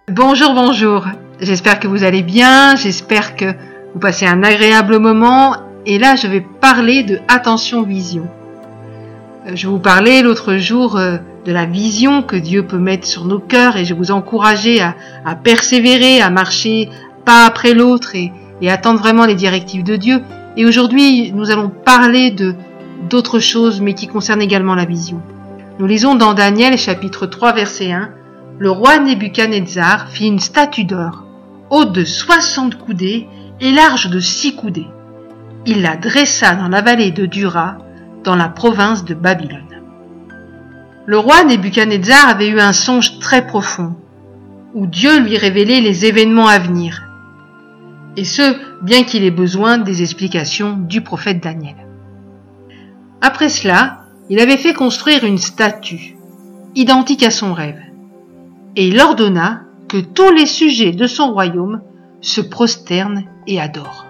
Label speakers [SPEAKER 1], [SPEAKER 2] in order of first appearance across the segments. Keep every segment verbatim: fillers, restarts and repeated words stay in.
[SPEAKER 1] Bonjour, bonjour. J'espère que vous allez bien, j'espère que vous passez un agréable moment. Et là, je vais parler de attention vision. Je vous parlais l'autre jour de la vision que Dieu peut mettre sur nos cœurs et je vous encourageais à, à persévérer, à marcher pas après l'autre et, et attendre vraiment les directives de Dieu. Et aujourd'hui, nous allons parler de d'autres choses, mais qui concernent également la vision. Nous lisons dans Daniel chapitre trois verset un. Le roi Nebuchadnezzar fit une statue d'or, haute de soixante coudées et large de six coudées. Il la dressa dans la vallée de Dura, dans la province de Babylone. Le roi Nebuchadnezzar avait eu un songe très profond, où Dieu lui révélait les événements à venir, et ce, bien qu'il ait besoin des explications du prophète Daniel. Après cela, il avait fait construire une statue, identique à son rêve, et il ordonna que tous les sujets de son royaume se prosternent et adorent.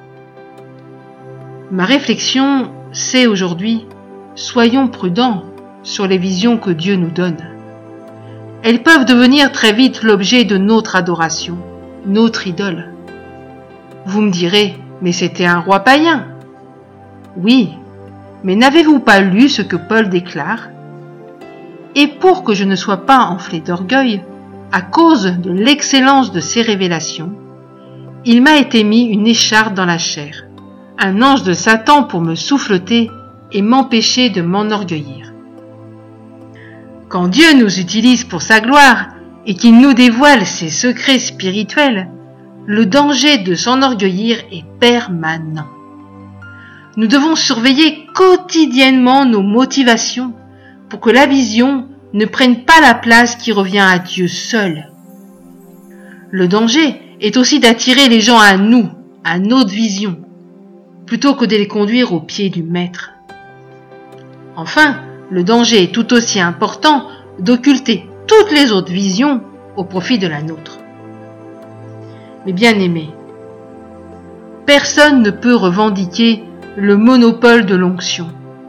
[SPEAKER 1] Ma réflexion, c'est aujourd'hui, soyons prudents sur les visions que Dieu nous donne. Elles peuvent devenir très vite l'objet de notre adoration, notre idole. Vous me direz, mais c'était un roi païen. Oui, mais n'avez-vous pas lu ce que Paul déclare ? Et pour que je ne sois pas enflé d'orgueil, à cause de l'excellence de ses révélations, il m'a été mis une écharpe dans la chair, un ange de Satan pour me souffleter et m'empêcher de m'enorgueillir. Quand Dieu nous utilise pour sa gloire et qu'il nous dévoile ses secrets spirituels, le danger de s'enorgueillir est permanent. Nous devons surveiller quotidiennement nos motivations pour que la vision ne prenne pas la place qui revient à Dieu seul. Le danger est aussi d'attirer les gens à nous, à notre vision, plutôt que de les conduire aux pieds du Maître. Enfin, le danger est tout aussi important d'occulter toutes les autres visions au profit de la nôtre. Mais bien-aimés, personne ne peut revendiquer le monopole de l'onction.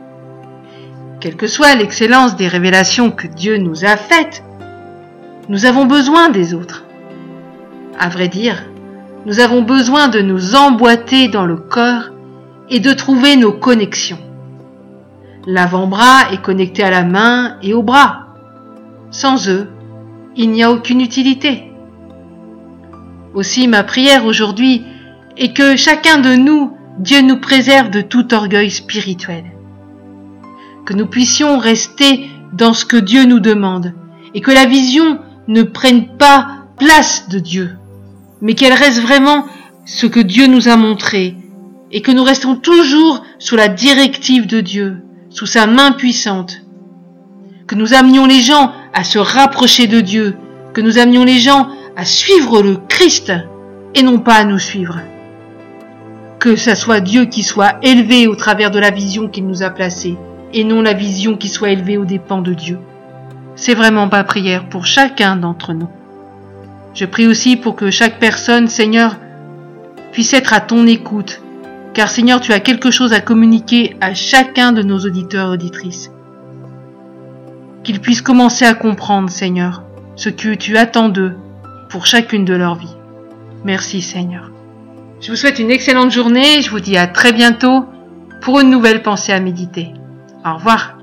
[SPEAKER 1] Quelle que soit l'excellence des révélations que Dieu nous a faites, nous avons besoin des autres. À vrai dire, nous avons besoin de nous emboîter dans le corps et de trouver nos connexions. L'avant-bras est connecté à la main et au bras. Sans eux, il n'y a aucune utilité. Aussi, ma prière aujourd'hui est que chacun de nous, Dieu nous préserve de tout orgueil spirituel. Que nous puissions rester dans ce que Dieu nous demande et que la vision ne prenne pas place de Dieu, mais qu'elle reste vraiment ce que Dieu nous a montré et que nous restons toujours sous la directive de Dieu, sous sa main puissante. Que nous amenions les gens à se rapprocher de Dieu, que nous amenions les gens à suivre le Christ et non pas à nous suivre. Que ça soit Dieu qui soit élevé au travers de la vision qu'il nous a placée et non la vision qui soit élevée aux dépens de Dieu. C'est vraiment ma prière pour chacun d'entre nous. Je prie aussi pour que chaque personne, Seigneur, puisse être à ton écoute, car Seigneur, tu as quelque chose à communiquer à chacun de nos auditeurs et auditrices. Qu'ils puissent commencer à comprendre, Seigneur, ce que tu attends d'eux pour chacune de leurs vies. Merci, Seigneur. Je vous souhaite une excellente journée, je vous dis à très bientôt pour une nouvelle pensée à méditer. Au revoir.